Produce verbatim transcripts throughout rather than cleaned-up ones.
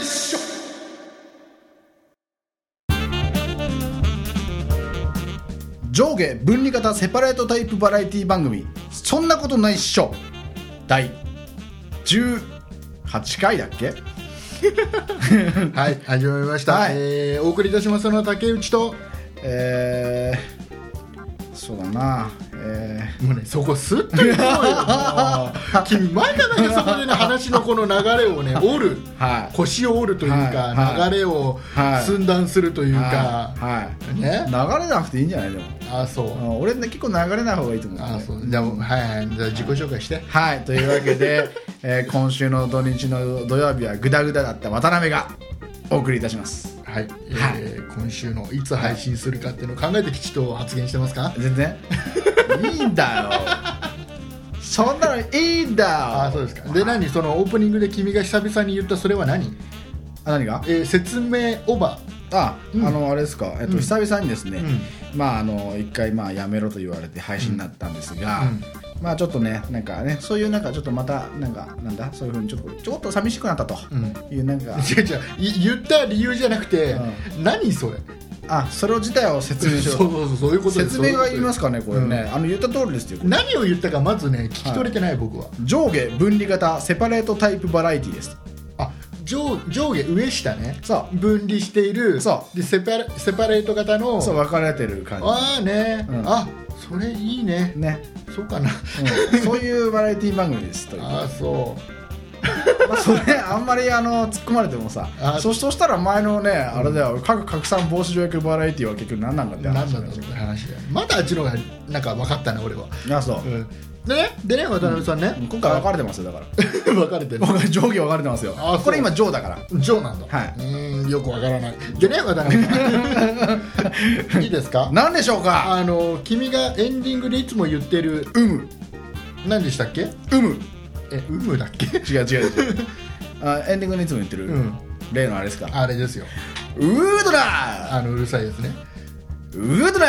しょ。 上下分離型セパレートタイプバラエティ番組、そんなことないっしょ、第じゅうはちかいだっけはい、始まりました、はい。えー、お送りいたしますのは竹内と、 えー、そうだな、えー、もうね、そこスッと言おうよ君前からね、そこでね、話のこの流れをね、折る、はい、腰を折るというか、はい、流れを寸断するというか、 はいはいね、流れなくていいんじゃない？でもあ、そう、 俺ね、結構流れない方がいいと思う、ね、 あ、そう、じゃあ、はいはい、じゃあ自己紹介して。 はい、というわけで、えー、今週の土日の土曜日はグダグダだった渡辺がお送りいたします。 はい、えーはい、今週のいつ配信するかっていうのを考えてきちっと発言してますか？ 全然いいんだよそんなのいいんだよ。 あ、そうですか。で、何、そのオープニングで君が久々に言ったそれは何？ あ、何が？ えー、説明オーバー。あ、うん、あのあれですか、えっと、うん、久々にですね、うん、まああの一回まあやめろと言われて配信になったんですが、うんうん、まあちょっとね、なんかね、そういうなんかちょっとまたなんかなんだ、そういう風にちょっとちょっと寂しくなったという、なんか、うん、 違う違う、言った理由じゃなくて、うん、何それ。 あ、それを自体を説明しよう。 そうそうそう、そういうことです。 説明がいりますかね、これね、うん、あの言った通りですよ。 何を言ったかまずね、聞き取れてない、はい、僕は。 上下分離型セパレートタイプバラエティです。 あ、上, 上下上下ね、 そう分離している、 そうでセパレ、セパレート型の、 そう分かれてる感じ。 ああね、うん、あ、それいいね。 ね、 そうかな、 うん、そういうバラエティ番組ですという。 ああ、そうまあそれあんまりあの突っ込まれてもさ、そ, そしたら前のね、あれだよ、核拡散防止条約バラエティは結局何なんだって話だよ。 話だよ。まだあっちの方がなんか分かったな、俺は。 あ、そう、 うん、でね、でね、渡辺さんね、 うん、今回分かれてますよ。だから分かれてる、 上下分かれてますよ。あ、これ今上だから。 上なんだ。 はい、 うん、よく分からない。でね、渡辺さんいいですか？ 何でしょうか？ あの君がエンディングでいつも言ってるうむ、 何でしたっけ？ うむ、 え、うむだっけ？ 違う違う違うあ、エンディングでいつも言ってる、うん、例のあれですか？ あれですよ。 ウードラー、 あのうるさいですね。 ウードラー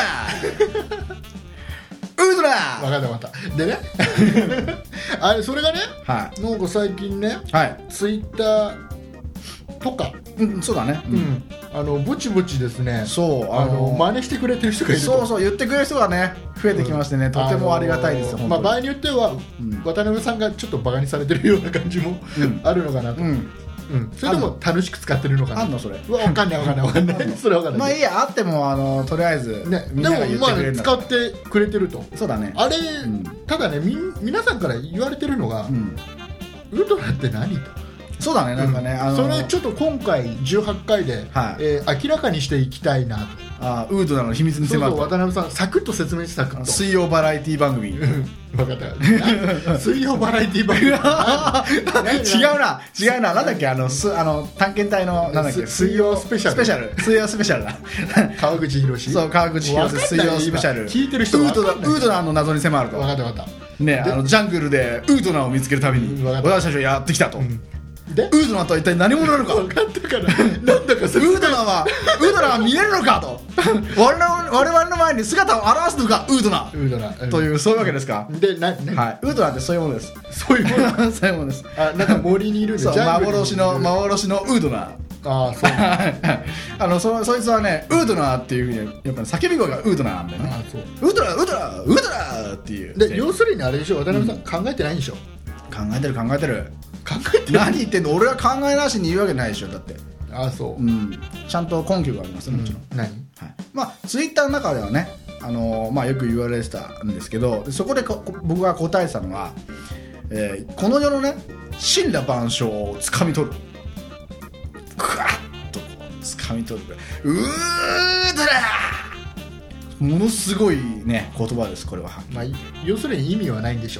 ウードラー。 分かった分かった。でねあれ、それがね、 はい、 なんか最近ね、 はい、 ツイッターとか、 うん、そうだね、 うん、あのぼちぼちですね、 そう、 あの真似してくれてる人がいると。 そうそう、言ってくれる人がね増えてきましてね、うん、とてもありがたいですよ。 まあ、場合によっては、うん、渡辺さんがちょっとバカにされてるような感じも、うん、あるのかなと、うんうん、それとも楽しく使ってるのかな。 あんのそれ。 わかんないわかんないわかんないそれわかんない。 まあいいや、あってもあのとりあえず、 ね、みんなが言ってくれるんだ。でもまあ使ってくれてると。 そうだね。 あれ、うん、ただね、み皆さんから言われてるのが、うん、ウルトラって何と。 そうだね、なんかね、うん、あのー、 それちょっと今回じゅうはちかいで、はい、えー、明らかにしていきたいなと。 あ、ウードラの秘密に迫ると。 そうそう、渡辺さんサクッと説明してサクッと。 水曜バラエティ番組。 分かった水曜バラエティ番組違うな違うな、なんだっけ、あのすあの探検隊のなんだっけ、 水曜スペシャル、 スペシャル、水曜スペシャルだ川口博士。 そう、川口博士水曜スペシャル。 聞いてる人ウードラ、ウードラの謎に迫ると。 分かった分かった。 ね、あのジャングルでウードラを見つけるたびに私たちはやってきたと。うん、でウードラとは一体何者なのか。 分かったからなんだか説明。 ウードラはウードラは見えるのかと我々の我々の前に姿を現すのかウードラ、 ウードラ、うん、 という、そういうわけですか。 でな、ね、 はい、ウードラってそういうものです。 そういうものそういうものです。 あ、なんか森にいるんで、 そう、幻の幻のウードラ。 ああ、そうあの そ, そいつはね、ウードラーっていうふうにやっぱり叫び声がウードラーなんだよね。 あ、そう、 ウードラーウードラーウードラーっていう。 で、要するにあれでしょ、渡辺さん、うん、考えてないんでしょ。 考えてる考えてる考えてる。 何言ってんの、俺は考えなしに言うわけないでしょ。だって。 あ、そう、 うん、ちゃんと根拠がありますね、もちろん、 うん、何、 はい、まあツイッターの中ではね、あのーまあ、よく言われてたんですけど、そこでこ僕が答えてたのは、えー、この世のね森羅万象をつかみ取る、クワッとこうつかみ取る、うーだらものすごいね言葉です、これは。 まあ、要するに意味はないんでしょう。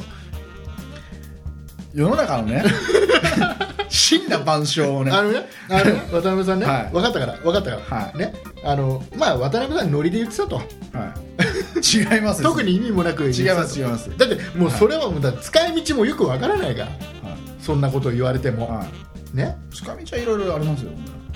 世の中のね森羅万象をね、 あのね、あのね渡辺さんね、はい、分かったから分かったから、 はい、 ね、あのまあ渡辺さんノリで言ってたと、はい、 違います特に意味もなく言ってたと。 違います違います。 だってもうそれはもうだ使い道もよく分からないから、はい、そんなことを言われても、はい、ね、 使い道はいろいろありますよ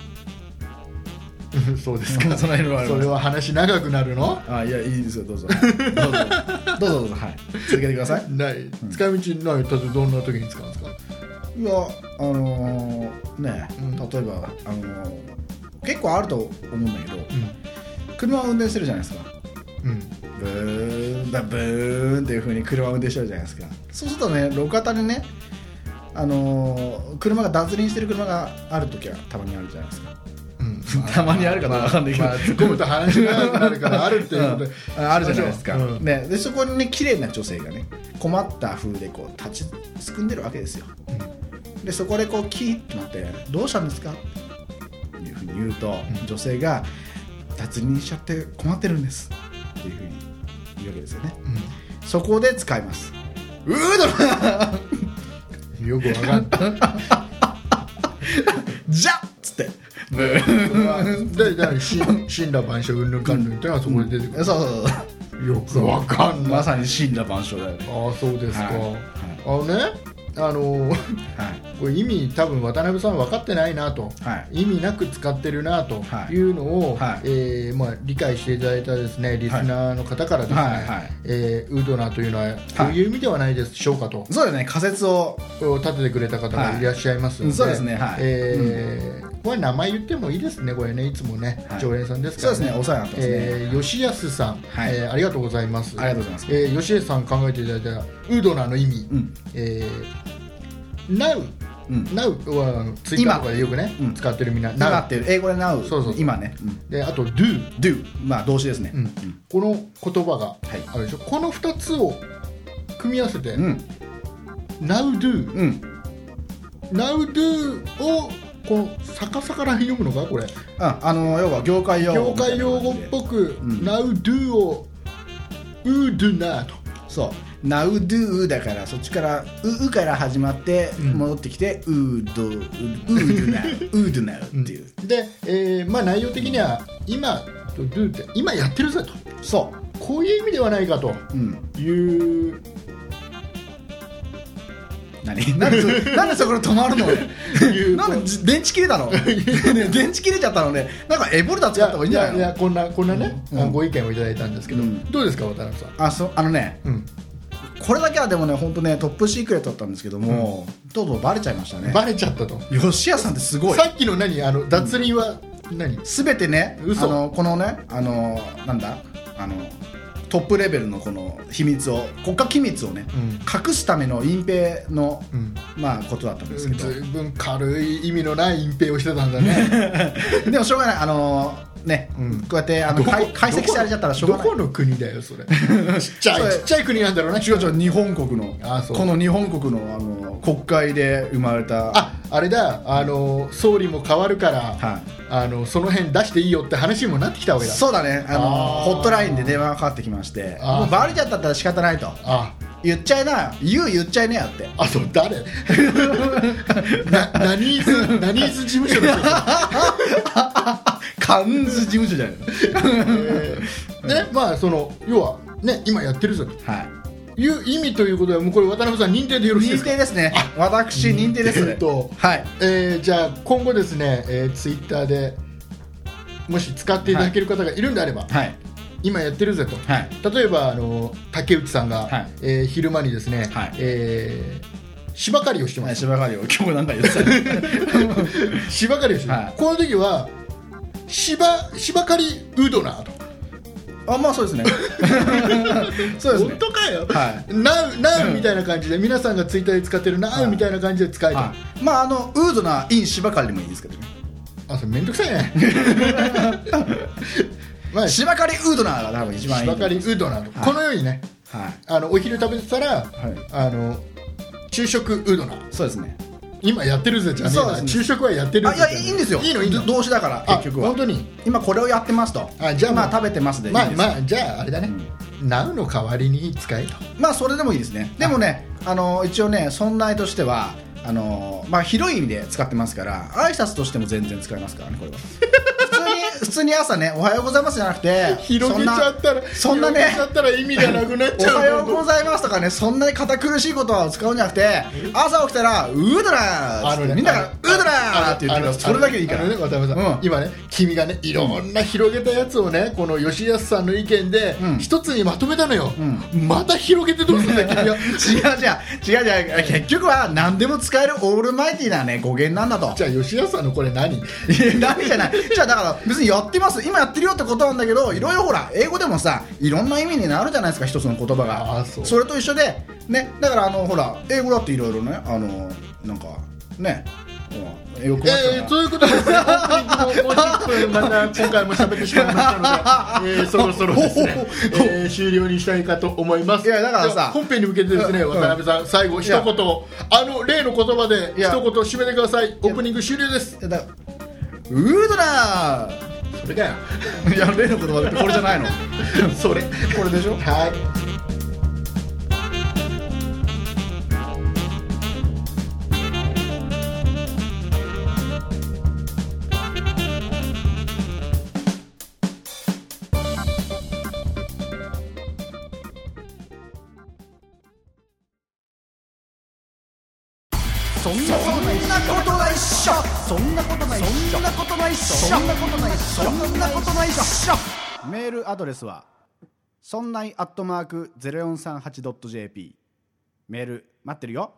そうですか。それは話長くなるの？ あ、いや、いいですよ、どうぞどうぞどうぞどうぞ、はい、続けてください。 ない、使い道ない。例えばどんな時に使うんですか？ いやあのー、ね、うん、例えば、あのー、結構あると思うんだけど、うん、車を運転してるじゃないですか、うん、ブーンだブーンっていう風に車を運転してるじゃないですか。そうするとね、路肩にね、あのー、車が脱輪してる車があるときはたまにあるじゃないですか、うん、たまにあるかな、分かんないけど、まあ、突っ込むと話が長くなるからあるっていうことで、うん、あるじゃないですか、うんね、でそこにね綺麗な女性がね困った風でこう立ちすくんでるわけですよ、うん、でそこでこうキーッとなってどうしたんですかっていうふうに言うと、うん、女性が脱輪しちゃって困ってるんですっていうふうに言うわけですよね、うん、そこで使います。うーだよくわかんないじゃっつってでだから神羅万象うんぬんかんぬんってのはそこで出てくる、うん、そうそうそうよくわかんない。 まさに神羅万象だよね。 ああそうですか、はいはい、あのねあのーはい、これ意味多分渡辺さん分かってないなと、はい、意味なく使ってるなというのを、はいえーまあ、理解していただいたですねリスナーの方からですね、はいはいえー、ウードナーというのはこういう意味ではないでしょうかと、はい、 そうですね仮説を立ててくれた方がいらっしゃいますので、はい、 そうですね、はいえーうん、これ名前言ってもいいですねこれねいつもね、はい、常連さんですからね。 そうですねお世話になってますね、 えー、吉安さん、はいえー、ありがとうございます。 ありがとうございます、 えー、吉安さん考えていただいたウードナーの意味、うんえー Now、うん、Now はツイッターとかでよくね、うん、使ってるみんな今っていう英語で Now そうそうそう今ね、 うん、であと Do Do まあ動詞ですね、うんうん、 この言葉があるでしょ、はい、このふたつを組み合わせて、うん、Now Do、うん、Now Do をこの逆さから読むのかこれああの要は業界用語業界用語っぽく、うん、Now Do を Would not とそうNow do だからそっちからううから始まって戻ってきて、うん、うどうどなうどなっていう、 うん、で、えーまあ、内容的には今と do って今やってるぜとそうこういう意味ではないかという、うん、 何なんでなんでそこで止まるのなんで電池切れたの電池切れちゃったのでなんかエボルダ使った方がいいんじゃないの。 いやいやこんなこんなね、うん、ご意見をいただいたんですけど、うん、どうですか渡辺さん。 あそあのね、うんこれだけはでもね本当ねトップシークレットだったんですけども、うん、とうとうバレちゃいましたね。 バレちゃったと。 吉谷さんってすごい。 さっきの何あの脱輪は何、うん、 全てね嘘あのこのねあのなんだあのトップレベルのこの秘密を国家機密をね、うん、隠すための隠蔽の、うん、まあことだったんですけど、 ずいぶん軽い意味のない隠蔽をしてたんだねでもしょうがないあのね、うん、こうやってあの解析されちゃったらしょうがない。 どこの国だよそれちっちゃいちっちゃい国なんだろうね。 違う違う日本国のあこの日本国のあの国会で生まれたああれだあの総理も変わるから、はい、あのその辺出していいよって話にもなってきたわけだ。 そうだねあのホットラインで電話がかかってきましてもうバレちゃったったら仕方ないとあ言っちゃいな言う言っちゃいねやってあそう誰な何イズ何イズ事務所の人カンズ事務所じゃない、 えー、ねまあその要はね今やってるぞと、はい、いう意味ということでもうこれ渡辺さん認定でよろしいですか。 認定ですね。私認定ですねと、はいえー、じゃあ今後ですね、えー、ツイッターでもし使っていただける方がいるんであれば、はい、今やってるぜと、はい、例えばあの竹内さんが、はいえー、昼間にですね、はいえー芝刈りをしてます、 はい、芝刈りを今日なんか言ってた芝刈りをして、はい、この時は芝芝刈りウードナーとあまあそうですねそうですね本当かよ、はい、ナウナウみたいな感じで皆さんがツイッターで使ってるナウみたいな感じで使えた、はい、 まああのウードナー in 芝刈りでもいいですけどね。 あそれめんどくさいねまあ、芝刈りウードナーが多分一番いい。 芝刈りウードナーと、はい、このようにね、はい、あのお昼食べてたら、はい、あの昼食ウードナーそうですね今やってるぜじゃねえな、ね、昼食はやってるぜ。 あいやいいんですよ。いいのいいの動詞だから結局は本当に今これをやってますとあじゃあまあ食べてますでいいです。 まあまあじゃああれだね、うん、ナウの代わりに使えとまあそれでもいいですね。でもねあの一応ね存在としてはあのまあ広い意味で使ってますから挨拶としても全然使えますからねこれは普通に普普通に朝ねおはようございますじゃなくて広げちゃったらそんなね広げちゃったら意味がなくなっちゃうおはようございますとかねそんなに堅苦しいことは使うんじゃなくて朝起きたらウードラー、ね、みんながウードラーって言ってるそれだけでいいから、 ね、渡辺さん、うん、今ね君がねいろんな広げたやつをねこの吉安さんの意見で一つにまとめたのよ、うん、また広げてどうするんだ君は違う違う違う違う結局は何でも使えるオールマイティーなね語源なんだと。 じゃあ吉安さんのこれ何何じゃないじゃあだから別にやってます今やってるよってことなんだけどいろいろほら英語でもさいろんな意味になるじゃないですか一つの言葉が。あそうそれと一緒でねだからあのほら英語だっていろいろねあのなんかねよくえー、そういうことで、ね、オープニングももうじゅっぷんまた今回も喋ってしまいましたので、えー、そろそろですね、えー、終了にしたいかと思います。 いやだからさ本編に向けてですね、うん、渡辺さん最後一言あの例の言葉で一言締めてください。オープニング終了です。 いやだウードラーそれかよいや例の言葉ってこれじゃないのそれこれでしょ。 はいそんなことないっしょそんなことないっしょそんなことないっしょそんなことないっしょそんなことないっしょ。メールアドレスはそんないアットマーク ゼロよんさんはちドットジェーピー メール待ってるよ。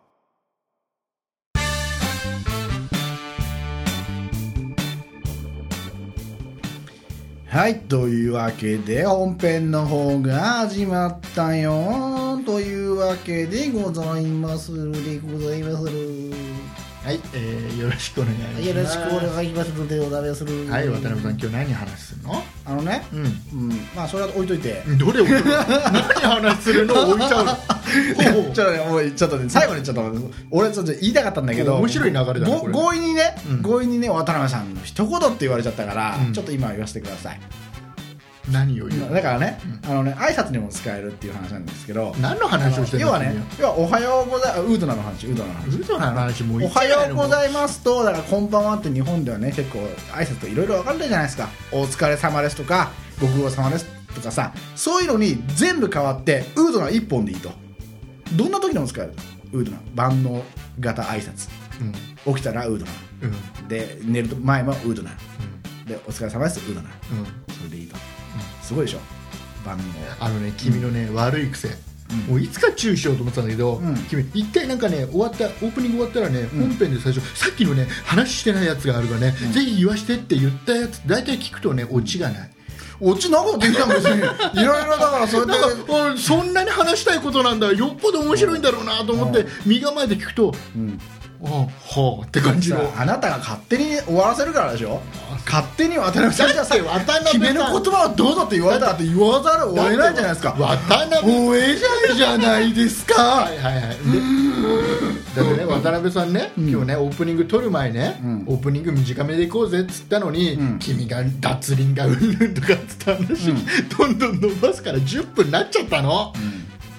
はいというわけで本編の方が始まったよというわけでございますでございますはい、えー、よろしくお願いします。 よろしくお願いしますのでお願いする。 はい、渡辺さん今日何話するの？ あのね、うん、うん、まあそれは置いといて。 どれ置いといて？何話するの置いちゃうの？ ちょっとね、もうちょっとね、最後にちょっと俺ちょっと言いたかったんだけど、 面白い流れだね。 ご強引にね、うん、強引にね渡辺さんの一言って言われちゃったから、うん、ちょっと今言わせてください。 何を言うだからね、うん、あのね挨拶にも使えるっていう話なんですけど、 何の話をしてるの？ 要はね、要はおはようございます、ウードナの話、ウードナの話、 ウードナの話もうおはようございますと、だからこんばんはって日本ではね結構挨拶といろいろ分かるじゃないですか。お疲れ様ですとかご苦労様ですとかさ、そういうのに全部変わってウードナ一本でいいと。どんな時でも使える。ウードナ万能型挨拶、うん、起きたらウードナ、うん、で寝る前もウードナ、うん、でお疲れ様ですウードナ、うん、それでいいと、うん、すごいでしょ万能。 あのね君のね、うん、悪い癖、うん、もういつか注意しようと思ってたんだけど、うん、君一回なんかね終わったオープニング終わったらね、うん、本編で最初さっきのね話してないやつがあるからね、うん、ぜひ言わしてって言ったやつ大体聞くとねオチがない。 オチなことできたん別にいろいろだからそれでそんなに話したいことなんだよっぽど面白いんだろうなと思って、うん、身構えて聞くと、うんあはあって感じの。 あなたが勝手に終わらせるからでしょ。勝手に渡辺さんじゃさ君の言葉をどうぞって言われたらって言わざるを得ないじゃないですか。 渡辺おえじゃいじゃないですか。 はいはいはい。だってね渡辺さんね、うん、今日ねオープニング撮る前ね、うん、オープニング短めでいこうぜっつったのに、うん、君が脱輪がうんぬんとかっつった話、うん、どんどん伸ばすからじゅっぷんになっちゃったの、うん、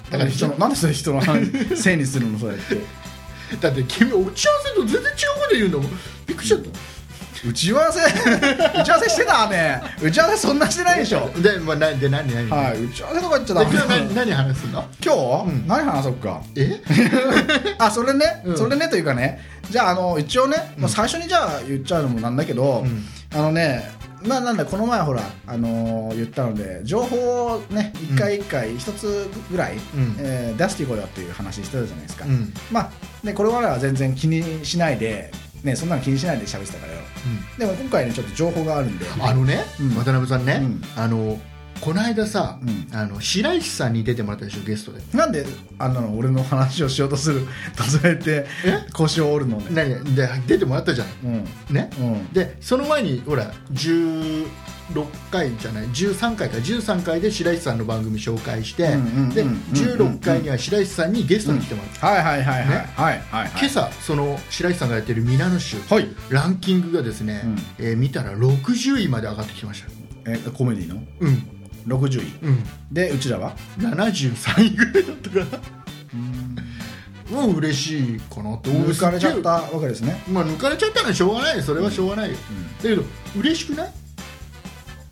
だから人のなんでそれ人のせいにするのそれってだって君打ち合わせと全然違うこと言うんだもん。びっくりしちゃった。 打ち合わせ打ち合わせしてたね。打ち合わせそんなしてないでしょ。 で、まあ、なで何何、 はい、打ち合わせとか言っちゃダメ。 今日何何話すの今日、うん、何話そうか。 えあそれね、うん、それねというかねじゃあ、あの一応ね、うんまあ、最初にじゃあ言っちゃうのもなんだけど、うん、あのねまあなんだこの前ほら、あのー、言ったので情報をね一回一回一つぐらい、うんえー、出していこうよっていう話してたじゃないですか、うん、まあねこれまでは全然気にしないでねそんなの気にしないで喋ってたからよ、うん、でも今回ねちょっと情報があるんであのね、うん、渡辺さんね、うん、あのこの間さ、うん、あの白石さんに出てもらったでしょゲストで。 なんであんなの俺の話をしようとするとそうやって腰を折るのね。 何で出てもらったじゃん、うんねうん、でその前にほらじゅうろっかいじゃないじゅうさんかいかじゅうさんかいで白石さんの番組紹介して、うんうんうん、でじゅうろっかいには白石さんにゲストに来てもらった、 うん、はいはいはいはい、ねはいはいはい、 今朝その白石さんがやってるミラノ州、はい、ランキングがですね、うんえー、見たらろくじゅういまで上がってきました。 えコメディのうんろくじゅうい、うん、でうちらはななじゅうさんいぐらいだったからうんもう嬉しいかなって抜かれちゃったわけですね。 まあ抜かれちゃったのはしょうがないそれはしょうがないよ、うん、だけど嬉しくない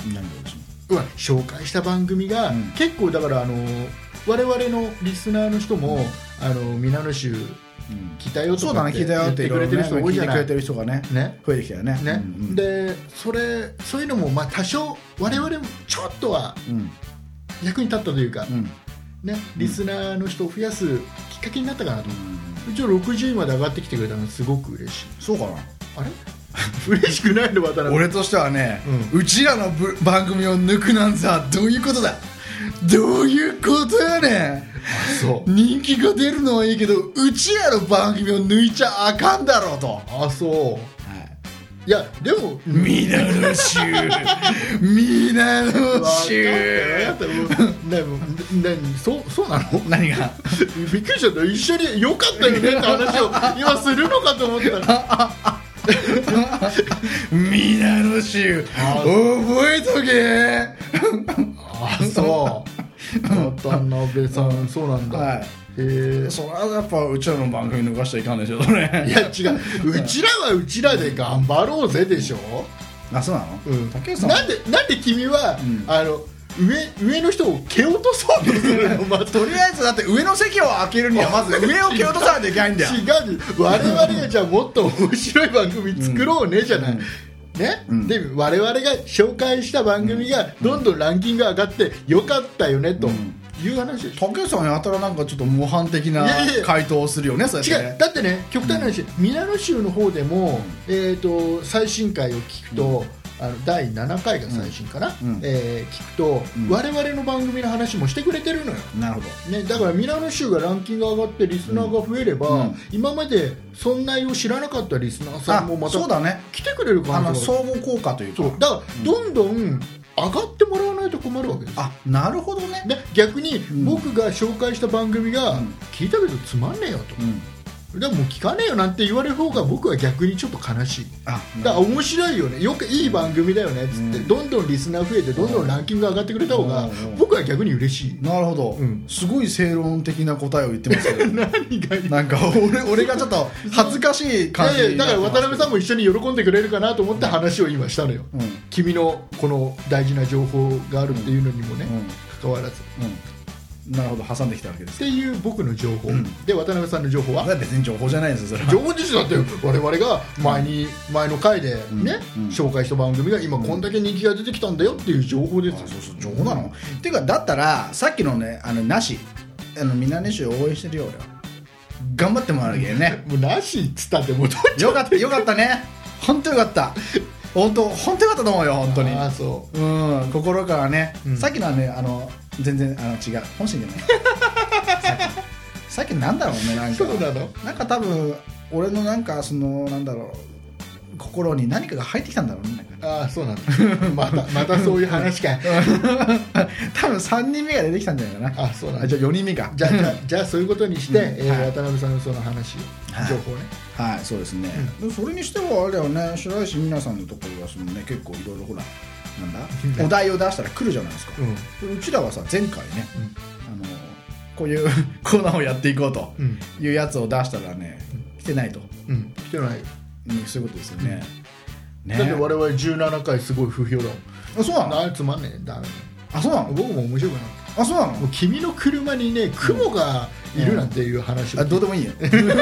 何が嬉しいの？紹介した番組が、うん、結構だからあの我々のリスナーの人も、うん、あの皆の衆聞いたよとかって言ってくれてる人多いじゃない。 聞いてくれてる人がね、ね増えてきたよね。 ね、うんうん、でそれそういうのもまあ多少我々もちょっとは役に立ったというか、うんね、リスナーの人を増やすきっかけになったかなと。うん、一応ろくじゅういまで上がってきてくれたのすごく嬉しい。 そうかな。 あれ嬉しくないの？渡辺俺としてはね、うん、うちらの番組を抜くなんざどういうことだ、どういうことやねん。そう人気が出るのはいいけどうちらの番組を抜いちゃあかんだろうと。 あそう、はい、いやでも皆の衆皆の衆そうそうなの？ 何がびっくりしちゃった。一緒によかったよねって話を今するのかと思ったら皆の衆覚えとけ。 あそう渡辺さんそうなんだ。はい、 えー、それはやっぱうちらの番組逃しちゃいかんでしょそれ。 いや違ううちらはうちらで頑張ろうぜでしょ。 あそうなの、 うん、竹内さんなんでなんで君は、うん、あの上, 上の人を蹴落とそうとするの、まあ、 とりあえずだって上の席を開けるにはまず上を蹴落とさないといけないんだよ。 違う我々がじゃあもっと面白い番組作ろうねじゃない、うんねうん、で我々が紹介した番組がどんどんランキング上がってよかったよねという話でしょ。 竹内さんやたらなんかちょっと模範的な回答をするよね。 そうやってね。違うだってね極端な話、うん、皆の衆の方でも、うんえー、と最新回を聞くと、うんあのだいななかいが最新かな、うんえー、聞くと、うん、我々の番組の話もしてくれてるのよ。 なるほど、 ね、だからミラノ州がランキング上がってリスナーが増えれば、うん、今までそんなを知らなかったリスナーさんもまた来てくれる可能性がある。相互効果というかそうだからどんどん上がってもらわないと困るわけです。 あなるほどね。 で逆に僕が紹介した番組が、うん、聞いたけどつまんねえよと、うんでももう聞かねえよなんて言われる方が僕は逆にちょっと悲しい。あだから面白いよねよくいい番組だよねっつって、うん、どんどんリスナー増えてどんどんランキング上がってくれた方が僕は逆に嬉しい。 なるほど、うん、すごい正論的な答えを言ってますけど何がいいなんか 俺, 俺がちょっと恥ずかしい感じ。 いやいやだから渡辺さんも一緒に喜んでくれるかなと思って話を今したのよ、うん、君のこの大事な情報があるっていうのにもね、うん、関わらず、うんなるほど挟んできたわけですっていう僕の情報、うん、で渡辺さんの情報は別に情報じゃないですよ。それは情報ですよ。だって我々が前に、うん、前の回でね、うんうん、紹介した番組が今こんだけ人気が出てきたんだよっていう情報ですよ。 そうそう情報なの、うん、っていうかだったらさっきのねあのなしあの皆ねし応援してるよ俺は頑張ってもらうわけねもうなしっつったってもうよかったよかったね本当よかった本当本当よかったと思うよ本当に。 あそう、 うん、心からね、うん、さっきのはねあの全然あの違う本心じゃないさっきさっきなんだろうねなんかそうなのなんか多分俺のなんかそのなんだろう心に何かが入ってきたんだろうね。 ああそうなんだまたまたそういう話か多分さんにんめが出てきたんじゃないかな。 あそうなんだ。 じゃあよにんめかじゃあじゃあじゃあそういうことにして、うんえーはい、渡辺さんのその話情報ねはい、はい、そうですね、うん、それにしてはあれはね白石皆さんのところはそのね結構いろいろほらなんだお題を出したら来るじゃないですか、うん、うちらはさ前回ね、うん、あのこういうコーナーをやっていこうというやつを出したらね、うん、来てないと、 うん、来てない、 うん、そういうことですよね、 うんね、だって我々じゅうななかいすごい不評だもん。 あそうなの。 あいつまんねえだめ。 あそうなの。 僕も面白くなあそうなの。 もう君の車にね雲がいるなんていう話を、 うん、あどうでもいいよ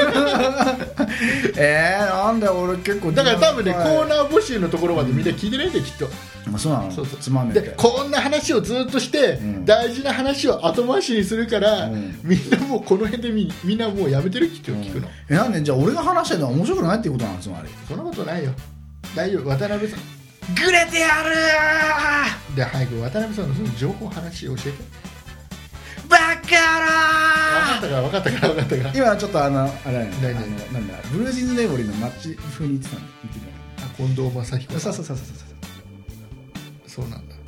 えー、なんで俺結構だから多分ねコーナー募集のところまでみんな聞いてないんできっと、 うん、そうなの。そうそうつまんねえでこんな話をずっとして、うん、大事な話を後回しにするから、うん、みんなもうこの辺で み, みんなもうやめてるきっと聞くの、うん、 えなんでじゃあ俺が話してるのは面白くないっていうことなのつまり。 そんなことないよ大丈夫。渡辺さんグレてやるーで早く渡辺さんのその情報話教えて。 バカ野郎分かったから分かったから分かったから今ちょっとあのあれあのなんだブルージーズメモリーのマッチ風に言ってたの言ってたあ近藤正彦そうそうそうそうそうそうなんだ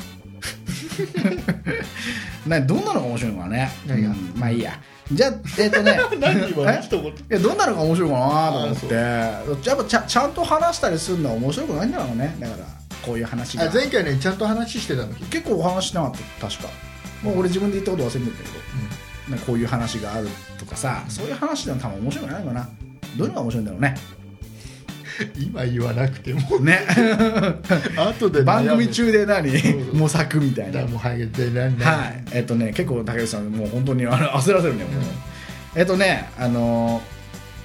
などんなのが面白いのかね。 何が、うん、 まあいいやじゃあえっ、ー、とね何今一言いやどんなのが面白いかなと思ってやっぱち ゃ, ちゃんと話したりするのは面白くないんだろうね。だからこういう話があ前回ねちゃんと話してたの結構お話しなかった確かもう俺自分で言ったこと忘れてるけど、うん、なんかこういう話があるとかさ、うん、そういう話でも多分面白くないのかな。どういうのが面白いんだろうね今言わなくてもね後で番組中で何模索みたいな。 もうハゲて何はいえっとね結構竹内さんもう本当にあの焦らせるね、うん、えっとねあのー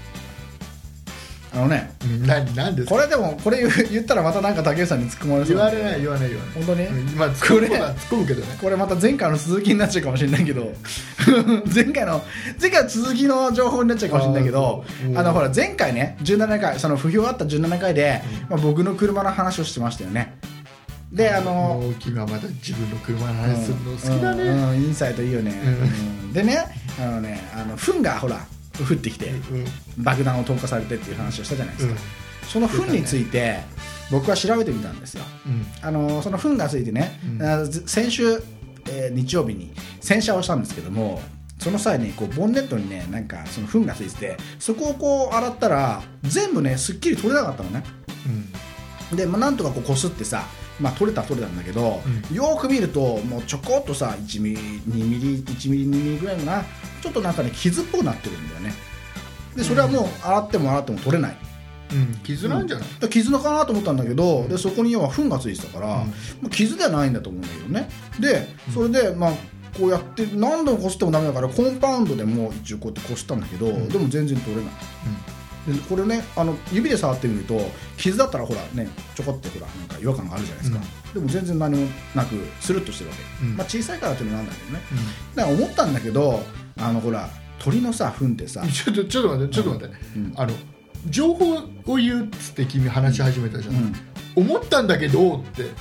あのね、 何何ですかこれでもこれ言ったらまたなんか竹内さんに突っ込まれそう。 言われない言わない言わない本当に、 うん、まあ突っ込む突っ込むけどね。 これまた前回の続きになっちゃうかもしれないけど前回の前回の続きの情報になっちゃうかもしれないけど、あ, あのほら前回ねじゅうななかいその不評あったじゅうななかいで、うんまあ、僕の車の話をしてましたよね。であのもう君はまた自分の車の話するの好きだね、 うんうん、インサイトいいよね、うん、でねあのねあの糞がほら降ってきて、うん、爆弾を投下されてっていう話をしたじゃないですか、うん、その糞について僕は調べてみたんですよ、うん、あのその糞がついてね、うん、先週、えー、日曜日に洗車をしたんですけども、その際にこうボンネットにねなんかその糞がついてて、そこをこう洗ったら全部ねすっきり取れなかったのね、うん、で、まあ、なんとかこう擦ってさまあ、取れた取れたんだけど、うん、よく見るともうちょこっとさいちミリにミリいちミリにミリぐらいのなちょっとなんかね傷っぽくなってるんだよね。でそれはもう洗っても洗っても取れない、 うん、傷なんじゃない、 うん、傷のかなと思ったんだけど、うん、でそこに要は糞がついてたから、うん、もう傷ではないんだと思うんだけどね。でそれでまあこうやって何度もこすってもダメだからコンパウンドでも一応こうやってこすったんだけど、うん、でも全然取れない、うん、でこれねあの指で触ってみると傷だったらほらねちょこってほらなんか違和感があるじゃないですか、うん、でも全然何もなくスルッとしてるわけ、うんまあ、小さいからっていうのなんだけどね、うん、だから思ったんだけどあのほら鳥のさ糞ってさちょっとちょっと待ってちょっと待って、うん、あの情報を言うっつって君話し始めたじゃん、うん、思ったんだけどって、うん、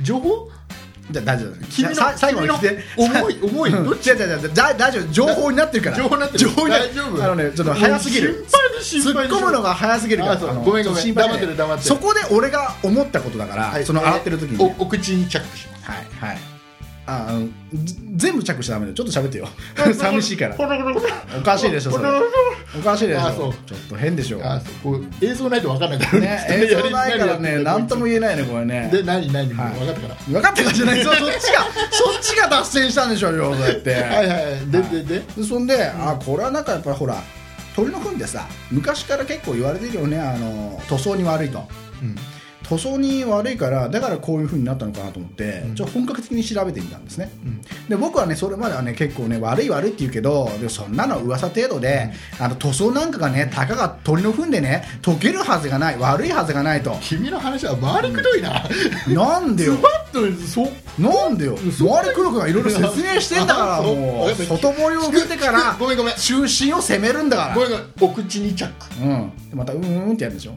情報じゃ大丈夫君の最後に来て重い重いどっち違う違う違う大丈夫情報になってるから情報になってる大丈夫あのねちょっと早すぎる心配突っ込むのが早すぎるからごめんごめん黙ってる黙ってるそこで俺が思ったことだから、はい、その洗ってる時に、 ね、お, お口にチャックしますはいはいああの全部チャックしちゃダメだよちょっと喋ってよ寂しいからおかしいでしょそれおかしいでしょちょっと変でしょあそうこう映像ないと分かんないからね映像ないからね何とも言えないねこれねで何何、はい、分かったから分かったからじゃないそっちがそっちが脱線したんでしょよそうやってはいはいででででそんで、うん、あこれはなんかやっぱりほら鳥の糞ってさ昔から結構言われてるよねあの塗装に悪いと、うん塗装に悪いからだからこういう風になったのかなと思って、うん、ちょっと本格的に調べてみたんですね、うん、で僕はねそれまではね結構ね悪い悪いって言うけどでそんなの噂程度で、うん、あの塗装なんかがねたかが鳥の糞でね溶けるはずがない悪いはずがないと。 君の話は回りくどいな、 うん、なんでよそなんでよ回りくどくないろいろ説明してんだからもう外堀を拭いてからごめんごめん中心を攻めるんだからごめんごめんお口にチャック、 うん、またうんうんってやるんでしょ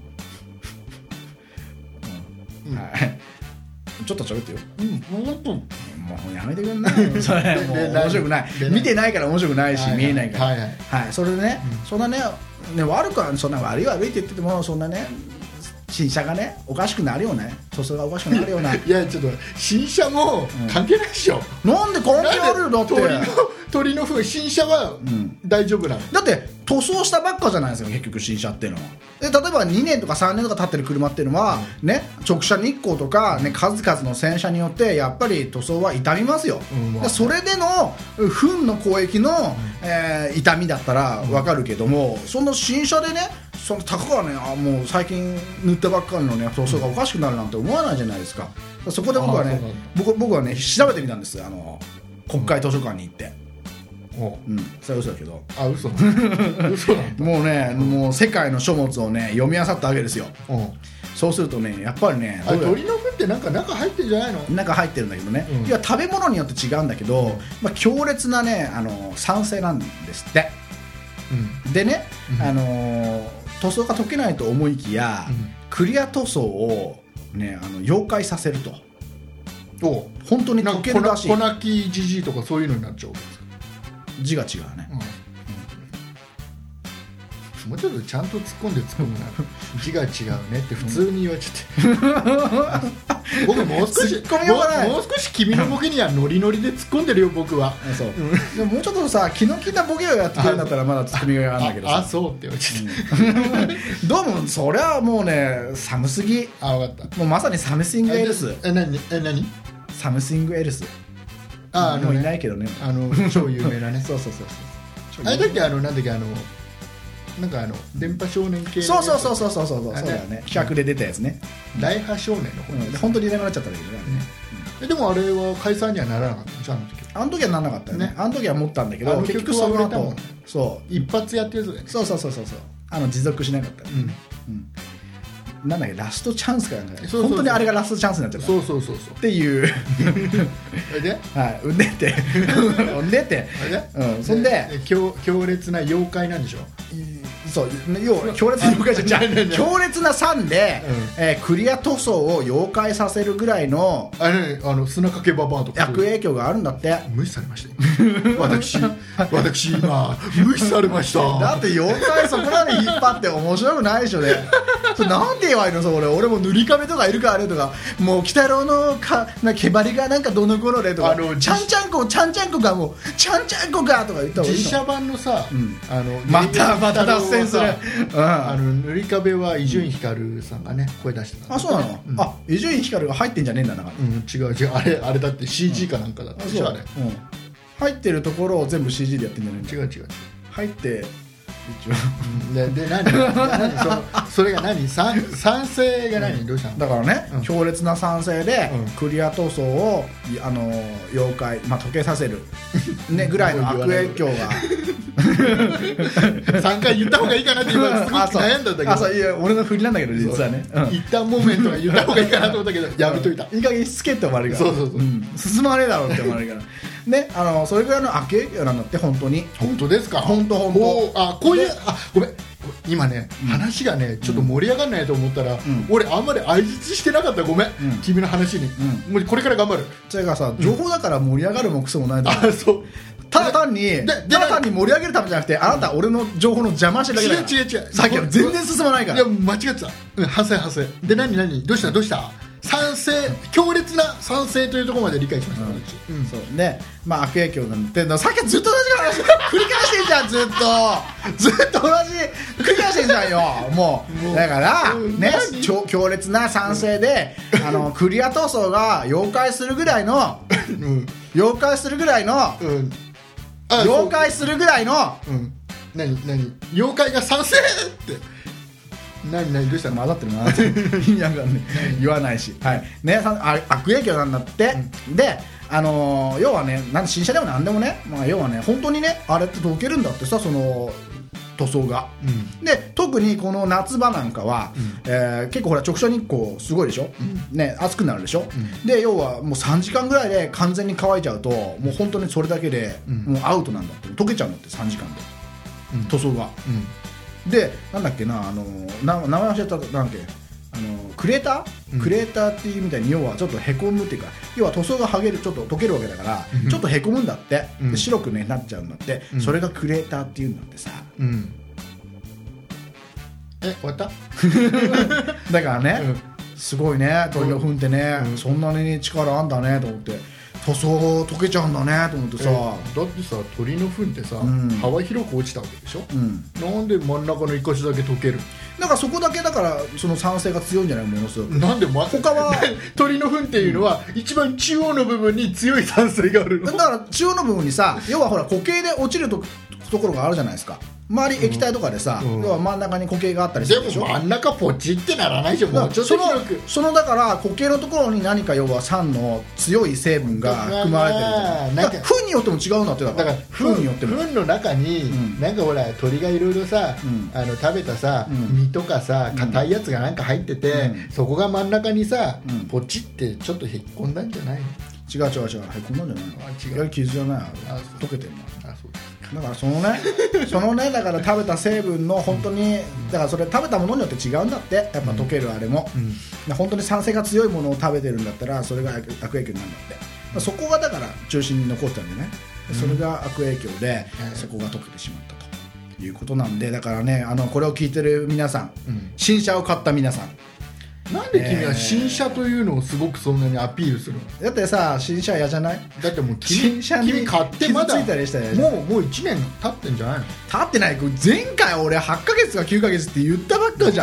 はい、ちょっと喋ってよ、うん、もうやめてくんないそれもう面白くない見てないから面白くないし、はいはい、見えないから、はいはいはい、それでね、うん、そんなねね悪くはそんな悪い悪いって言っててもそんなね新車がねおかしくなるよね塗装がおかしくなるようないやちょっと新車も関係ないでしょ、 うん、なんで関係あるよだって鳥の鳥の糞新車は大丈夫なの、 うん、だって塗装したばっかじゃないですか結局新車っていうのは。で例えばにねんとかさんねんとか経ってる車っていうのは、うん、ね直射日光とか、ね、数々の洗車によってやっぱり塗装は傷みますよ、うんまあ、でそれでの糞の交易の、うんえー、痛みだったら分かるけども、うん、その新車でねそのたかがねあもう最近塗ったばっかりの、ね、塗装がおかしくなるなんて思わないじゃないですか。そこで僕はね僕僕はね調べてみたんですあの国会図書館に行って、うん、それは嘘だけどあ嘘嘘なんだもうねもう世界の書物をね読み漁ったわけですよ。そうするとねやっぱりねあ鳥の糞ってなんか中入ってるんじゃないの。 中入ってるんだけどね、うん、いや食べ物によって違うんだけど、うんまあ、強烈なねあの酸性なんですって、うん、でね、うん、あの塗装が溶けないと思いきや、うん、クリア塗装を、ね、あの溶解させるとお本当に溶けるらしい。 粉木じじいとかそういうのになっちゃうわけですか。 字が違うね、うんうん、もうちょっとちゃんと突っ込んで突っ込むな字が違うねって普通に言われちゃって僕もう少しも, もう少し君のボケにはノリノリで突っ込んでるよ僕は。 そう、うん、でももうちょっとさ気の利いたボケをやってくれるんだったらまだ突っ込みがあるんだけどさあ, あそうって言われちゃって、 うん、どうもそれはもうねサムスギあ分かったもうまさにサムシングエルスえ何え何サムシングエルスああもういないけどねあの超有名なねそうそうそうそうあれだっけあのなんだっけあのなんかあの電波少年系のそうそうそうそうそうそうそうそうだよね、企画で出たやつね、 大波少年の方、 うん、本当にいなくなっちゃったんだけどね、 うん、でもあれは解散にはならなかったんじゃん、あの時あの時はならなかったよね、あの時は持ったんだけど結局その後そう一発やってるやつだよね、 そうそうそうそうそう、あの持続しなかった、ね、うんうんなんだっけラストチャンスかなんか、ね、本当にあれがラストチャンスになっちゃったそうそうそうそうっていうで、 はい、うんでってうんでって、うん、そんで強強烈な妖怪なんでしょ、 そう要は強烈な妖怪じゃん強烈な酸で、うんえー、クリア塗装を妖怪させるぐらいのあれ、ね、あの砂かけババアとか悪影響があるんだって。 無視されましたよ私私今無視されましただって妖怪そこまで引っ張って面白くないでしょねそれなんで言われるのそれ、俺も塗り壁とかいるかあれとか、もう鬼太郎のかな毛張りがなんかどの頃でとか、あのちゃんちゃんこちゃんちゃんこがもうちゃんちゃんこがとか言った方がいいの。 実写版のさ、うん、あのまたまた脱線する、 うん、あの塗り壁は伊集院光さんがね声出してた、 あそうなの、うん、あ伊集院光が入ってんじゃねえんだな、 うん、違う違う、あれあれだって シージー かなんかだったでしょ、あれ、うん、 入ってるところを全部 シージー でやってんじゃねえんだ。 違う違う入って一応でで何何 そ, それが何酸酸性が何、うん、どうしたのだからね、うん、強烈な酸性でクリア塗装をあの妖怪、まあ、溶けさせる、ね、ぐらいの悪影響がさんかい言った方がいいかなって今すごく悩んだんだけど、 あそういや俺の振りなんだけど実はね、 うん、一旦モーメントが言った方がいいかなと思ったけどやめといた、 いい加減しつけって思われるから、 そうそうそう、うん、 進まねえだろうって思われるからね、あのそれぐらいの悪影響なんだって本当に。 本当ですか。 本当本当。 あこういうあごめん今ね、うん、話がねちょっと盛り上がらないと思ったら、うん、俺あんまり相槌してなかった、ごめん、うん、君の話に、うん、もうこれから頑張る。 それがさ情報だから盛り上がるもクソもないだろ、うん、あそうただ単にただ単に盛り上げるためじゃなくて、あなた俺の情報の邪魔してるだけだから。 違う違う違う、 さっきは全然進まないから。 いや間違ってた、うん、反省反省で、何何どうしたどうした賛成、強烈な賛成というところまで理解しました、 うんうん、そうね、まあ悪影響なんてさっきずっと同じ話繰り返してんじゃん、ずっとずっと同じ繰り返してんじゃんよもうだからね、強烈な賛成であのクリア塗装が妖怪するぐらいの、うん、妖怪するぐらいの、うん、妖怪するぐらいの、 うん、何何妖怪が賛成って何何どうしたの、 混ざってるな意味わかんない言わないし、はいね、悪影響なんだって、うん、で、あのー、要はね、なん新車でもなんでもね、まあ、要はね本当にねあれって溶けるんだってさ、その塗装が、うん、で特にこの夏場なんかは、うんえー、結構ほら直射日光すごいでしょ、うんね、暑くなるでしょ、うん、で要はもうさんじかんぐらいで完全に乾いちゃうともう本当にそれだけで、うん、もうアウトなんだって、溶けちゃうんだってさんじかんで、うん、塗装が、うんでなんだっけな、あのな名前忘れた、なんだっけ、あのクレーター、うん、クレーターっていうみたいに要はちょっとへこむっていうか、要は塗装が剥げる、ちょっと溶けるわけだから、うん、ちょっとへこむんだって、うん、で白く、ね、なっちゃうんだって、うん、それがクレーターっていうんだってさ、うん、 え終わっただからね、うん、すごいね鳥の糞ってね、うん、そんなに力あんだねと思って。塗装溶けちゃうんだねと思ってさ、 だってさ鳥の糞ってさ、うん、幅広く落ちたわけでしょ、うん、なんで真ん中の一箇所だけ溶ける、 だからそこだけだからその酸性が強いんじゃない、ものすごく。 なんで、ま、 他は鳥の糞っていうのは、うん、一番中央の部分に強い酸性があるの。 だから中央の部分にさ要はほら固形で落ちるとところがあるじゃないですか、周り液体とかでさ、うん、要は真ん中に固形があったりするでしょ。 でも真ん中ポチってならないでしょ、もうちょっと広く。 そのだから固形のところに何か要は酸の強い成分が含まれてるじゃん。なんか糞によっても違うんだって。だから糞によっても糞の中に、うん、なんかほら鳥がいろいろさ、うん、あの食べたさ、うん、身とかさ硬いやつがなんか入ってて、うん、そこが真ん中にさ、うん、ポチってちょっとへっこんだんじゃないの。 違う違う違う、へこんだんじゃないの。あ違う、傷じゃない、あ溶けてるの。あそうです。だからそのねそのねだから食べた成分の本当に、だからそれ食べたものによって違うんだって、やっぱ溶けるあれも、うん、本当に酸性が強いものを食べてるんだったらそれが悪影響になるんだって、そこがだから中心に残ったんでね、それが悪影響でそこが溶けてしまったということなんで、だからねあのこれを聞いてる皆さん、うん、新車を買った皆さん、 なんで君は新車というのをすごくそんなにアピールするの。 だってさ新車嫌じゃない。 だってもう君、君買ってまだ傷ついたりしたらもうもういちねん経ってんじゃないの。 経ってない。前回俺はっかげつかきゅうかげつって言ったばっかじゃん。はっかげ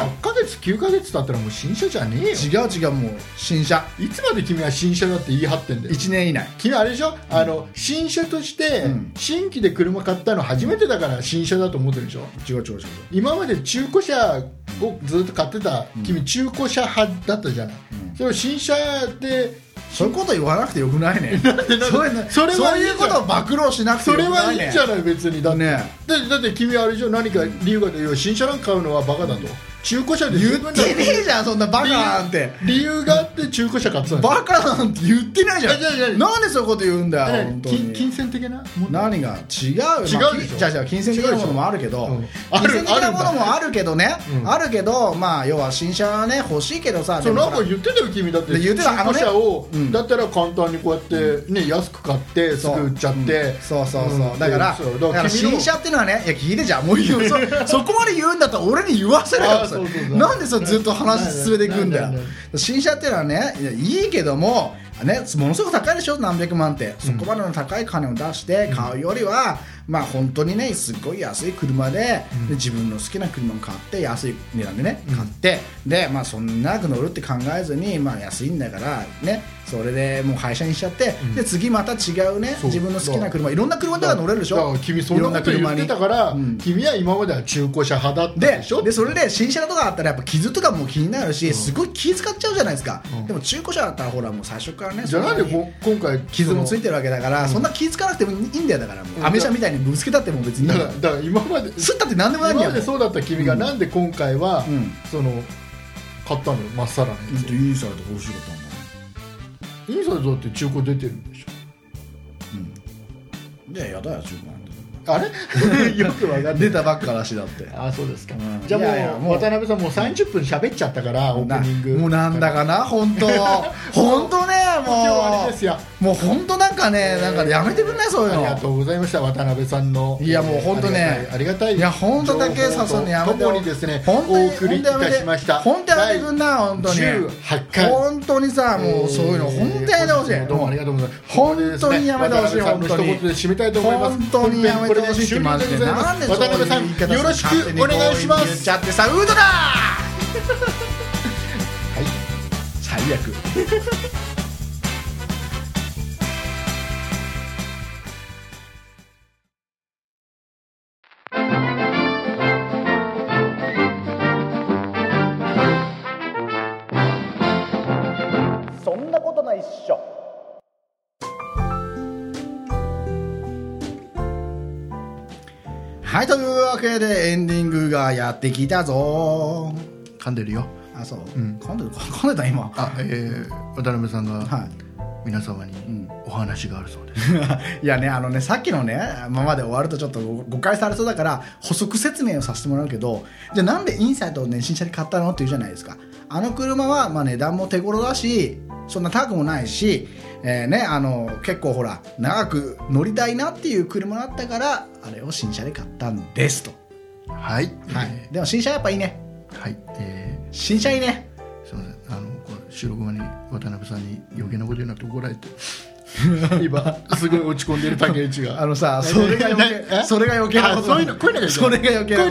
月きゅうかげつ経ったらもう新車じゃねえよ。 違う違う、もう新車。 いつまで君は新車だって言い張ってんだよ。 いちねん以内。 君あれでしょ、うん、あの新車として新規で車買ったの初めてだから新車だと思ってるでしょ。 違う違う違う。 今まで中古車をずっと買ってた、うん、君中古車派だったじゃない、うん、それを新車でそういうこと言わなくてよくないね。なんでなんでそれそれそういうことを暴露しなくてよくないね。 それはいいんじゃない別に。だって、ね、だってだって君はあれでしょ、何か理由がで新車なんか買うのはバカだと、うん、中古車で言ってねえじゃん、そんなバカなんて。 理由があって中古車買ってたんバカなんて言ってないじゃん。なんでそういうこと言うんだよ。本当に金銭的な何が違う。違うでしょ、まあ、じゃあじゃあ金銭的なものもあるけど、うん、 金銭的なものもあるけどね、うん、あるけど、まあ要は新車はね欲しいけどさ、 そうなんか言ってたよ君だって。 言ってた中古車を、ね、うん、だったら簡単にこうやってね、安く買ってすぐ売っちゃって、 そうそうそう、うん、だからだから新車っていうのはね、いや聞いてじゃんもういいよそ, そこまで言うんだったら俺に言わせろよ。なんでずっと話進めていくんだよ。新車っていうのはね、いやいいけどもね、ものすごく高いでしょ、何百万って、うん、そこまでの高い金を出して買うよりは、うん、まあ本当にねすごい安い車で、うん、で自分の好きな車を買って安い値段でね、うん、買ってで、まあ、そんな長く乗るって考えずに、まあ、安いんだからね、それでもう廃車にしちゃって、うん、で次また違うね自分の好きな車、いろんな車では乗れるでしょ。だから君そんなこと言ってたから、うん、君は今までは中古車派だったでしょ。 で, でそれで新車とかあったらやっぱ傷とかも気になるし、うん、すごい気使っちゃうじゃないですか、うん、でも中古車だったらほらもう最初からね、 じゃあなんで今回傷もついてるわけだから、うん、そんな気使わなくてもいいんだよ。だからもうアメ車みたいにぶつけたっても別にいいんだよ。 だから今まですったって何でもないんだよ。 今までそうだった君がなんで今回は、うん、その買ったのまっさらなやつ。 インサイド欲しかったんだ。 インサイドだって中古出てるんでしょ。 うん。いややだよ中古なんて。 あれよくわかんない。 出たばっからしだって。 あ、そうですか、うん、じゃあもう、いやいやもう渡辺さんもうさんじゅっぷん喋っちゃったから、オープニングもうなんだかな本当本当ね、もう今日はあれですよ、 もう本当なんかね、なんかやめてくんないそういうの。 ありがとうございました渡辺さんの。 いやもう本当ね、 ありがたい、 いや本当だけさすがにやめて、 ともにですねお送りいたしました。 本当やめてくんな本当に。 じゅうはちかい本当にさ、もうそういうの本当やめてほしい。 どうもありがとうございます。 本当にやめてほしい。本当に一言で締めたいと思います。 本当にやめてほしいってマジで。なんで渡辺さんよろしくお願いします。 言っちゃってさ、ウードだはい最悪そんなことないっしょ。はい、というわけでエンディングがやってきたぞ。 噛んでるよ。 あ、そう、うん、噛んでる噛んでた今。 あ、えー、渡辺さんが皆様にお話があるそうです、 うん、いやね、あのね、さっきのねままで終わるとちょっと誤解されそうだから補足説明をさせてもらうけど、じゃあなんでインサイトをね新車で買ったのって言うじゃないですか。あの車はまあ値段も手頃だし、そんな高くもないし、えーね、あの結構ほら長く乗りたいなっていう車だったから、あれを新車で買ったんですと。 はい、 はい、えー、でも新車やっぱいいね。 はい、えー、 新車いいね。 すいません、あのこれ収録後に渡辺さんに余計なこと言うなって怒られて今すごい落ち込んでる竹内があのさ、それが余計それが余計なこと。 そういうの、こういうのがそれが余計なこと。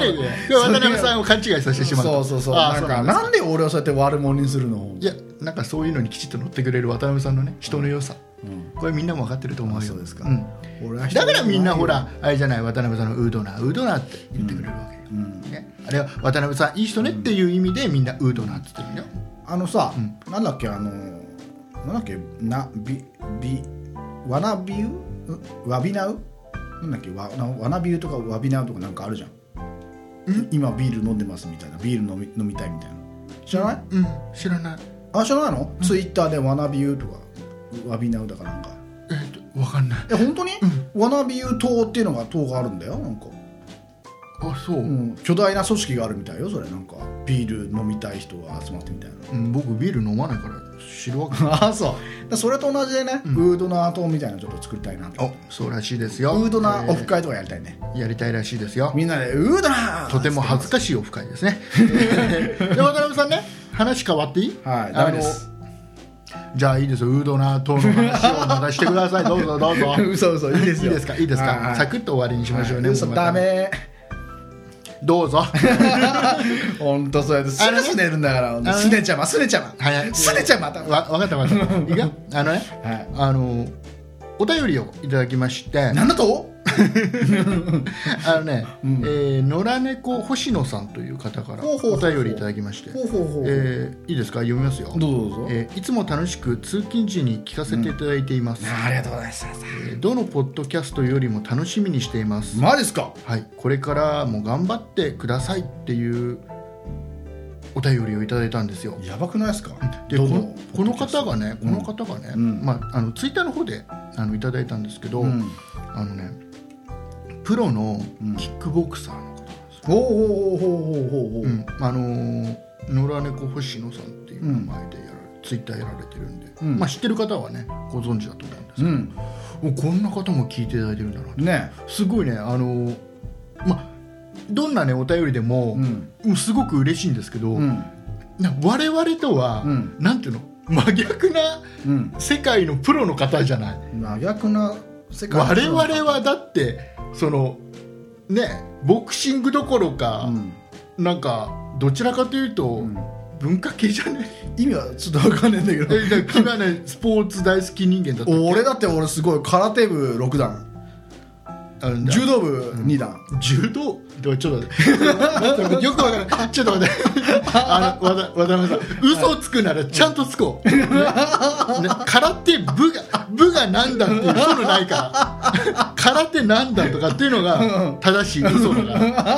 渡辺さんを勘違いさせてしまった。 そうそうそう。なんかなんで俺をそうやって悪者にするの。 いや、なんかそういうのにきちっと乗ってくれる渡辺さんのね、人の良さ、うん、これみんなも分かってると思うよ。 そうですか、 うん、俺はだからみんなほらあれじゃない、渡辺さんのウードナーウードナーって言ってくれるわけよ、うんうんね、あれは渡辺さんいい人ねっていう意味でみんなウードナーって言ってるよ。 あのさ、うん、なんだっけ、あのなんだっけなビビワナビューワビナウなんだっけ、ワワナビューとかワビナウとかなんかあるじゃん。ん今ビール飲んでますみたいな、ビール飲み、飲みたいみたいな。知らない？ うん、知らない。 あ、知らないの？うん、ツイッターでワナビューとかワビナウだからなんか。 えっとわかんない。 え、本当に？うん、ワナビュー島っていうのが島があるんだよ、なんか。 あ、そう、うん、 巨大な組織があるみたいよ、それ。なんかビール飲みたい人が集まってみたいな、 うん、僕ビール飲まないから知るわけないあ、そうそれと同じでね、うん、ウードナー島みたいなのちょっと作りたいなと。 お、そうらしいですよ。 ウードナーオフ会とかやりたいね、 えー、やりたいらしいですよ、 みんなでウードナー。 とても恥ずかしいオフ会ですねで、渡辺さんね、話変わっていい？ はい、ダメです。 じゃあいいですよ、ウードナー島の話をまたしてくださいどうぞどうぞ嘘嘘いいですよ。 いいですか、いいですか、はいはい、サクッと終わりにしましょうね。 嘘ダメ。 どうぞ。 本当そうやってすぐすねるんだから、ね、すねちゃま、すねちゃま、 はい、 すねちゃま、わ、 わかったわかった。いいか、あのね、はい、あのお便りをいただきまして。 なんだと？ あのね、うん、えー、野良猫星野さんという方からお便りいただきまして、えー、いいですか、読みますよ。 どうぞどうぞ。 えー、いつも楽しく通勤時に聞かせていただいています。 うん、あ, ありがとうございます。 えー、どのポッドキャストよりも楽しみにしています。 マジですか？ はい、これからも頑張ってくださいっていうお便りをいただいたんですよ。 やばくないですか？ でこの、この方がね、この方がね、うん、まあ、あのツイッターの方であのいただいたんですけど、うん、あのね、プロのキックボクサーの方なんですよ。おおおおおおおお。あのー、野良猫星野さんっていう名前でやられ、うん、ツイッターやられてるんで、うん、まあ知ってる方はねご存知だと思うんですけど、うん、もうこんな方も聞いていただいてるんだなって、ね、すごいね、あのー、まあどんなねお便りでも、うん、もうすごく嬉しいんですけど、うん、我々とは、うん、なんていうの、真逆な世界のプロの方じゃない。 真逆な世界。 我々はだってそのね、ボクシングどころか、うん、なんかどちらかというと、うん、文化系じゃね。 意味はちょっと分かんないんだけど。 え、君はねスポーツ大好き人間だったっけ？ 俺だって俺すごい空手部ろく段、柔道部に段、 うん、柔道ちょっと待ってよくわからない。ちょっと待ってあの渡辺さん、嘘をつくならちゃんとつこう、ねね、空手部が部がなんだっていう嘘のないから空手なんだとかっていうのが正しい嘘だ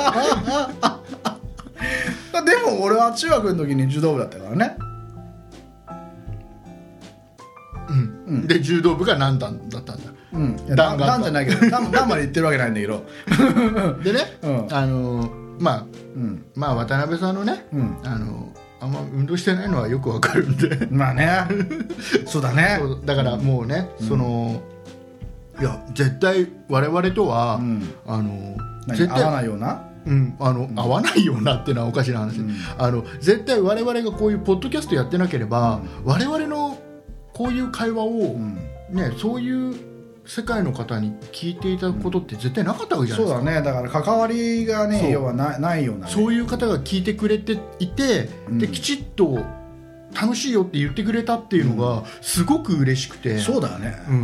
からでも俺は中学の時に柔道部だったからね。 うんうん、で柔道部が何段だったんだ。 うん、段がじゃないけど段まで言ってるわけないんだけどでね、うん、あのまあ、うん、まあ渡辺さんのね、うん、あのあんま運動してないのはよくわかるんでまあねそうだね。 そうだからもうね、うん、そのいや絶対我々とは、うん、あの絶対合わないような、 うん、あの、うん、合わないようなっていうのはおかしな話、うん、あの絶対我々がこういうポッドキャストやってなければ、うん、我々のこういう会話を、うん、ね、そういう世界の方に聞いていただくことって絶対なかったわけじゃないですか。 そうだね。だから関わりがね、要は な, ないような、ね、 そういう方が聞いてくれていて、うん、できちっと楽しいよって言ってくれたっていうのがすごく嬉しくて、うん、 そうだよね、うんうん、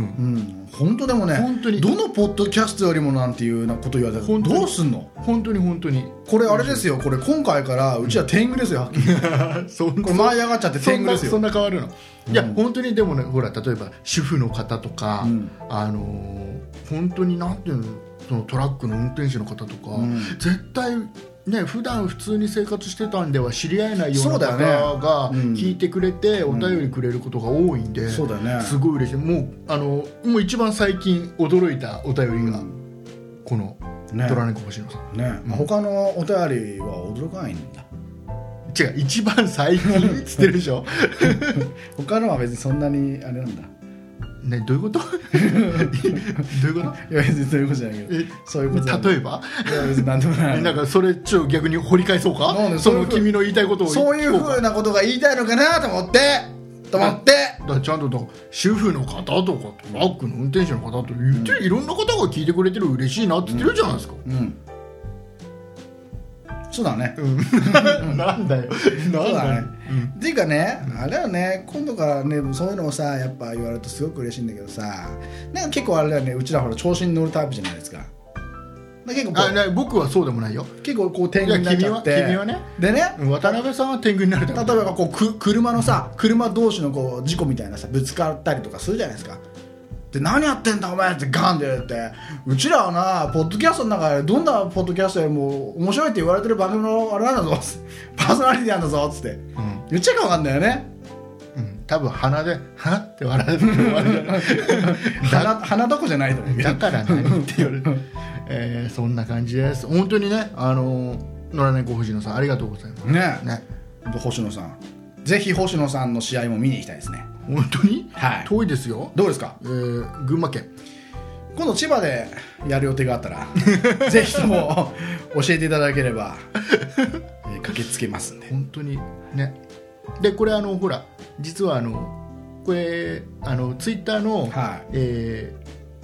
本当でもね、本当にどのポッドキャストよりもなんていうなこと言われたらどうすんの。 本当に本当にこれあれですよ、これ今回からうちは天狗ですよ、うん、これ舞い上がっちゃって天狗ですよ。 そんな変わるの、うん、いや本当に。でもね、ほら例えば主婦の方とか、うん、あのー、本当になんていうの、そのトラックの運転手の方とか、うん、絶対ね、普段普通に生活してたんでは知り合えないような方が聞いてくれてお便りくれることが多いんで、 そうだね、 すごい嬉しい。もうあのもう一番最近驚いたお便りがこのドラ猫星野さん、 ね、うん、他のお便りは驚かないんだ。 違う、一番最近っつってるでしょ他のは別にそんなにあれなんだね、どういうことどういうこといや別にそういうことじゃないけど、そういうこと例えばいや別に何でもないなんかそれちょっと逆に掘り返そうか。その君の言いたいことをそういうふうなことが言いたいのかなと思ってと思ってだちゃんとだ主婦の方とかトラックの運転手の方と言って、うん、いろんな方が聞いてくれてる嬉しいなって言ってるじゃないですか、うんうん、 そうだね、 うん、なんだよそうだね、うん、っていうかね、あれはね、今度からねそういうのをさやっぱ言われるとすごく嬉しいんだけどさ、なんか結構あれだよね、うちらほら調子に乗るタイプじゃないですか。 結構あ僕はそうでもないよ。 結構こう天狗になっちゃって、 君はね、 でね、 渡辺さんは天狗になる。例えばこうく車のさ、車同士のこう事故みたいなさ、ぶつかったりとかするじゃないですか。で何やってんだお前ってガンって言って、うちらはなポッドキャストの中でどんなポッドキャストよりも面白いって言われてる番組のあれなんだぞパーソナリティなんだぞっつって、うん、言っちゃうか分かんないよね、 うん、多分鼻ではって笑われる鼻, 鼻どこじゃないと思う。 だから何って言われる、えー、そんな感じです。本当にね、あの野良猫星野さんありがとうございますね。 ね、星野さんぜひ星野さんの試合も見に行きたいですね。 本当に、はい、遠いですよ。 どうですか、 えー、群馬県。 今度千葉でやる予定があったらぜひとも教えていただければ、えー、駆けつけますんで。 本当にね。でこれあのほら実はあのこれあのツイッターの、はい、えー、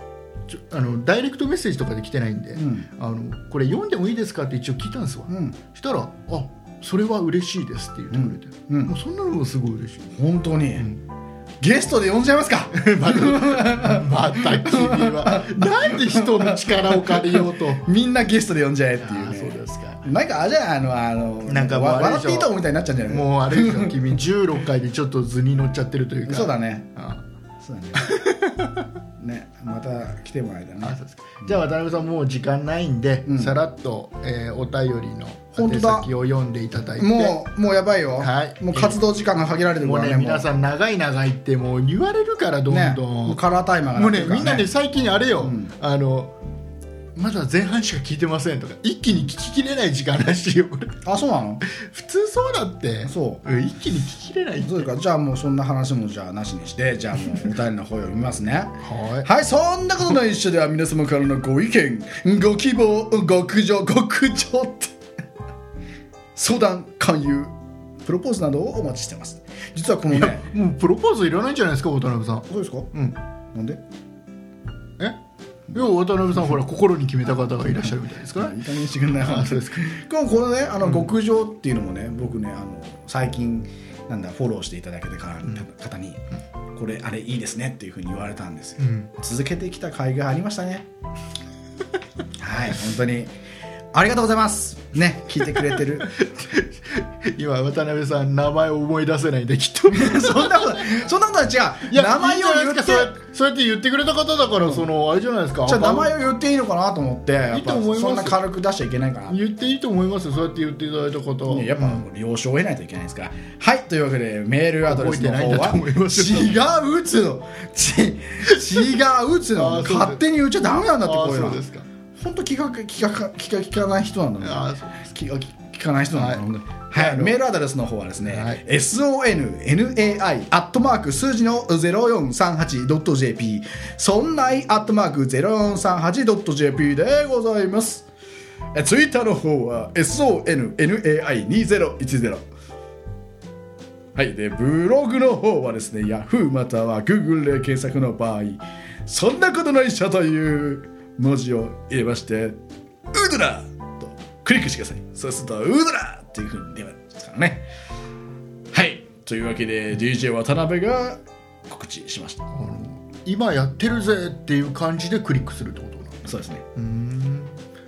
ちょあのダイレクトメッセージとかで来てないんで、うん、あのこれ読んでもいいですかって一応聞いたんですわ、うん、したらあそれは嬉しいですって言ってくれて、うんうん、もうそんなのもすごい嬉しい。 本当に、うん、ゲストで呼んじゃいますかまた、また君はなんで人の力を借りようとみんなゲストで呼んじゃえっていう、ね、 そうですか。 なんかあじゃああのあのなんかもう笑っていいと思みたいになっちゃうんじゃないの。 もうあれでしょ君じゅうろっかいでちょっと図に乗っちゃってるというか。 そうだね。ああそうだねね、また来てもらいたいな。 あそうですか、うん、じゃあ渡辺さんもう時間ないんで、うん、さらっと、えー、お便りの宛先を読んでいただいて。 もうもうやばいよ、はい、もう活動時間が限られてるからね。 もうね皆さん長い長いってもう言われるからどんどん、ね、 もうカラータイマーがもうねみんなね最近あれよ、うん、あのまだ前半しか聞いてませんとか一気に聞ききれない時間らしいよこれ。 あそうなの。 普通そうだってそう一気に聞ききれないって。 そうかじゃあもうそんな話もじゃあなしにしてじゃあもうお便りの方を読みますねはい、はい、そんなことないっしょでは皆様からのご意見ご希望極上極上って相談勧誘プロポーズなどをお待ちしてます。実はこのねもうプロポーズいらないんじゃないですか渡辺さん。 そうですか。 うんなんでえいや渡辺さんほら心に決めた方がいらっしゃるみたいですから。 いい加減にしてくれない。あそうですか。このねあの極上っていうのもね、うん、僕ねあの最近なんだフォローしていただけてから、うん、方に、うん、これあれいいですねっていうふうに言われたんですよ、うん、続けてきた甲斐がありましたねはい本当にありがとうございますね聞いてくれてる今渡辺さん名前を思い出せないできっとそんなことそんなことは違う。いや名前を言ってそうやって言ってくれた方だから、うん、そのあれじゃないですか。 じゃあ名前を言っていいのかなと思ってやっぱいいと思います。そんな軽く出しちゃいけないかな。 言っていいと思いますよそうやって言っていただいた方、 ね、やっぱ了承を得ないといけないですから、うん、はいというわけでメールアドレスの方は違う打つのち違う打つの勝手に打っちゃダメなんだってこういうの。そうですか。本当気が気が気が利かない人なんだね。あそうです。気が利かない人なんだね。はい、はい、メールアドレスの方はですね、はい、ソンナイ アットマーク数字の ゼロよんさんはちドットジェーピー ソンナイ アットマーク ゼロよんさんはちドットジェーピー でございます。ツイッターの方は ソンナイにせんじゅうはい、でブログの方はですね Yahoo または Google で検索の場合そんなことないっしょという文字を入れましてウドラとクリックしてください。そうするとウドラっていう風に出ますからね。はいというわけで ディージェー 渡辺が告知しました。あの今やってるぜっていう感じでクリックするってことなの。 そうですね。 うーん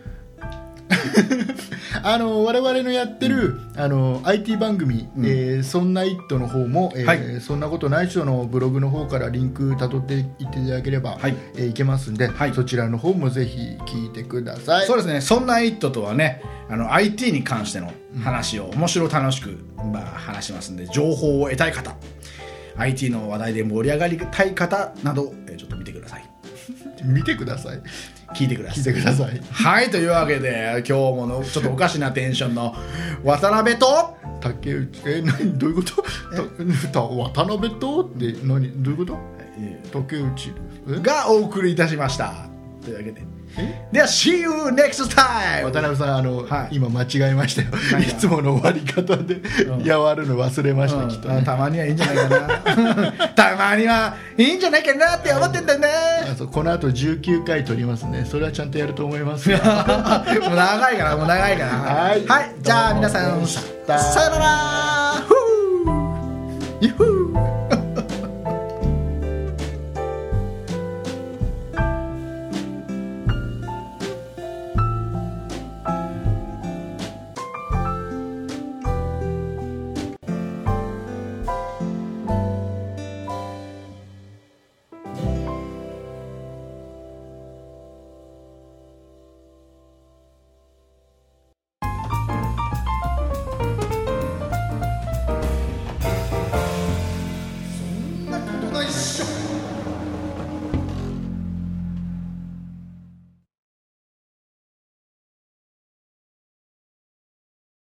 あの我々のやってる、うん、あの アイティー 番組、うんえー、そんなイットの方も、えーはい、そんなことない人のブログの方からリンクたどっていっていただければ、はいえー、いけますんで、はい、そちらの方もぜひ聞いてください。 そうですね。そんなイットとはねあの アイティー に関しての話を、うん、面白楽しく、まあ、話しますんで情報を得たい方 アイティー の話題で盛り上がりたい方など、えー、ちょっと見てください見てください聞いてください。 聞いてください。 はいというわけで今日ものちょっとおかしなテンションの渡辺と竹内え何どういうこと渡辺とって何どういうこと、えー、竹内がお送りいたしましたというわけででは See you next time 渡辺さんあの、はい、今間違えましたよいつもの終わり方で、うん、やわるの忘れました、うん、きっと、ね、 たまにはいいんじゃないかなたまにはいいんじゃないかなって思ってんだね。 あそうこの後じゅうきゅうかい撮りますね。それはちゃんとやると思いますもう長いからもう長いからはい、はい、じゃあ皆さんさよなら。ユッフー